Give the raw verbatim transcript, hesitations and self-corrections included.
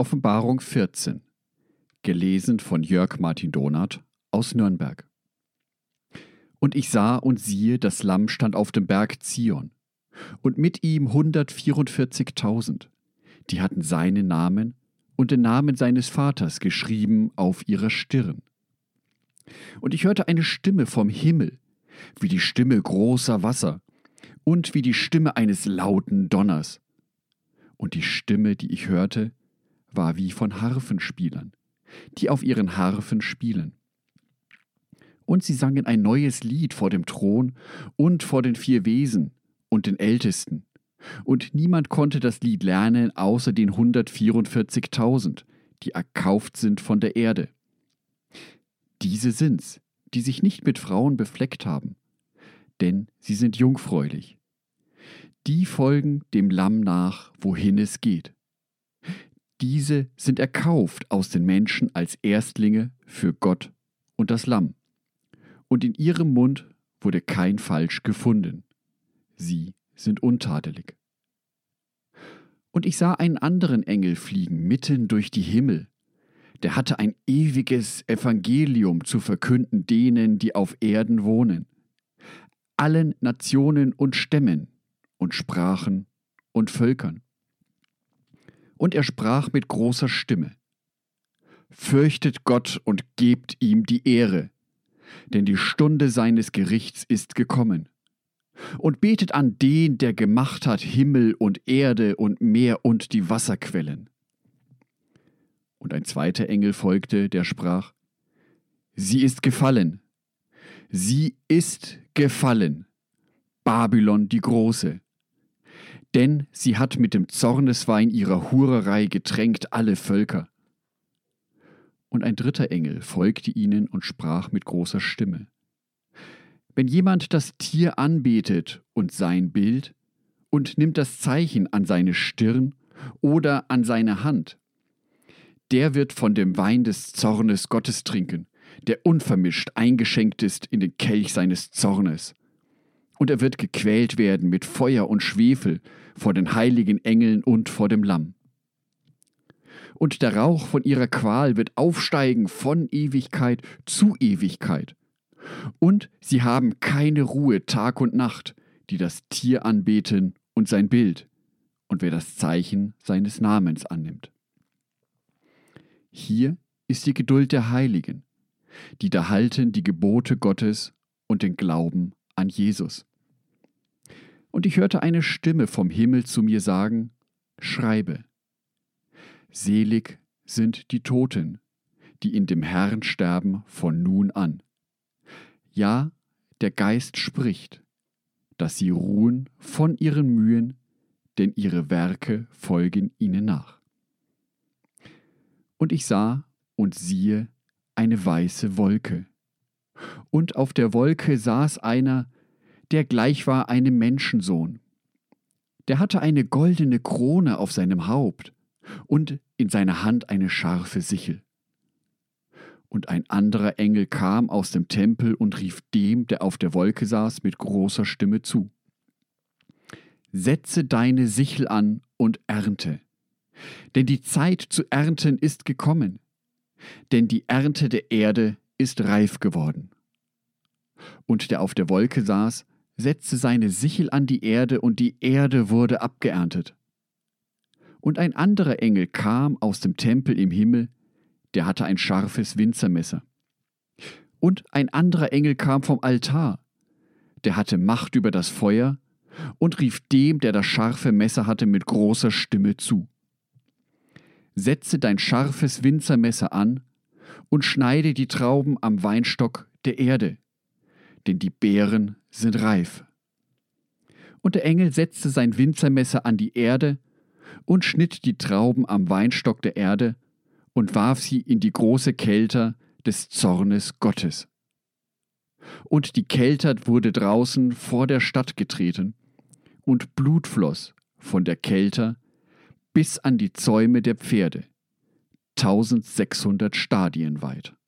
Offenbarung vierzehn, gelesen von Jörg Martin Donath aus Nürnberg. Und ich sah und siehe, das Lamm stand auf dem Berg Zion, und mit ihm hundertvierundvierzigtausend, die hatten seinen Namen und den Namen seines Vaters geschrieben auf ihrer Stirn. Und ich hörte eine Stimme vom Himmel, wie die Stimme großer Wasser und wie die Stimme eines lauten Donners. Und die Stimme, die ich hörte, war wie von Harfenspielern, die auf ihren Harfen spielen. Und sie sangen ein neues Lied vor dem Thron und vor den vier Wesen und den Ältesten. Und niemand konnte das Lied lernen, außer den hundertvierundvierzigtausend, die erkauft sind von der Erde. Diese sind's, die sich nicht mit Frauen befleckt haben, denn sie sind jungfräulich. Die folgen dem Lamm nach, wohin es geht. Diese sind erkauft aus den Menschen als Erstlinge für Gott und das Lamm. Und in ihrem Mund wurde kein Falsch gefunden. Sie sind untadelig. Und ich sah einen anderen Engel fliegen mitten durch die Himmel. Der hatte ein ewiges Evangelium zu verkünden denen, die auf Erden wohnen, allen Nationen und Stämmen und Sprachen und Völkern. Und er sprach mit großer Stimme: Fürchtet Gott und gebt ihm die Ehre, denn die Stunde seines Gerichts ist gekommen. Und betet an den, der gemacht hat Himmel und Erde und Meer und die Wasserquellen. Und ein zweiter Engel folgte, der sprach: Sie ist gefallen, sie ist gefallen, Babylon die Große. Denn sie hat mit dem Zorneswein ihrer Hurerei getränkt alle Völker. Und ein dritter Engel folgte ihnen und sprach mit großer Stimme: Wenn jemand das Tier anbetet und sein Bild und nimmt das Zeichen an seine Stirn oder an seine Hand, der wird von dem Wein des Zornes Gottes trinken, der unvermischt eingeschenkt ist in den Kelch seines Zornes. Und er wird gequält werden mit Feuer und Schwefel vor den heiligen Engeln und vor dem Lamm. Und der Rauch von ihrer Qual wird aufsteigen von Ewigkeit zu Ewigkeit. Und sie haben keine Ruhe Tag und Nacht, die das Tier anbeten und sein Bild, und wer das Zeichen seines Namens annimmt. Hier ist die Geduld der Heiligen, die da halten die Gebote Gottes und den Glauben an Jesus. Und ich hörte eine Stimme vom Himmel zu mir sagen: Schreibe, selig sind die Toten, die in dem Herrn sterben von nun an. Ja, der Geist spricht, dass sie ruhen von ihren Mühen, denn ihre Werke folgen ihnen nach. Und ich sah und siehe eine weiße Wolke. Und auf der Wolke saß einer, der gleich war einem Menschensohn. Der hatte eine goldene Krone auf seinem Haupt und in seiner Hand eine scharfe Sichel. Und ein anderer Engel kam aus dem Tempel und rief dem, der auf der Wolke saß, mit großer Stimme zu: Setze deine Sichel an und ernte, denn die Zeit zu ernten ist gekommen, denn die Ernte der Erde ist reif geworden. Und der auf der Wolke saß, setzte seine Sichel an die Erde, und die Erde wurde abgeerntet. Und ein anderer Engel kam aus dem Tempel im Himmel, der hatte ein scharfes Winzermesser. Und ein anderer Engel kam vom Altar, der hatte Macht über das Feuer, und rief dem, der das scharfe Messer hatte, mit großer Stimme zu: Setze dein scharfes Winzermesser an und schneide die Trauben am Weinstock der Erde, denn die Beeren sind reif. Und der Engel setzte sein Winzermesser an die Erde und schnitt die Trauben am Weinstock der Erde und warf sie in die große Kelter des Zornes Gottes. Und die Kelter wurde draußen vor der Stadt getreten, und Blut floss von der Kelter bis an die Zäume der Pferde, tausendsechshundert Stadien weit.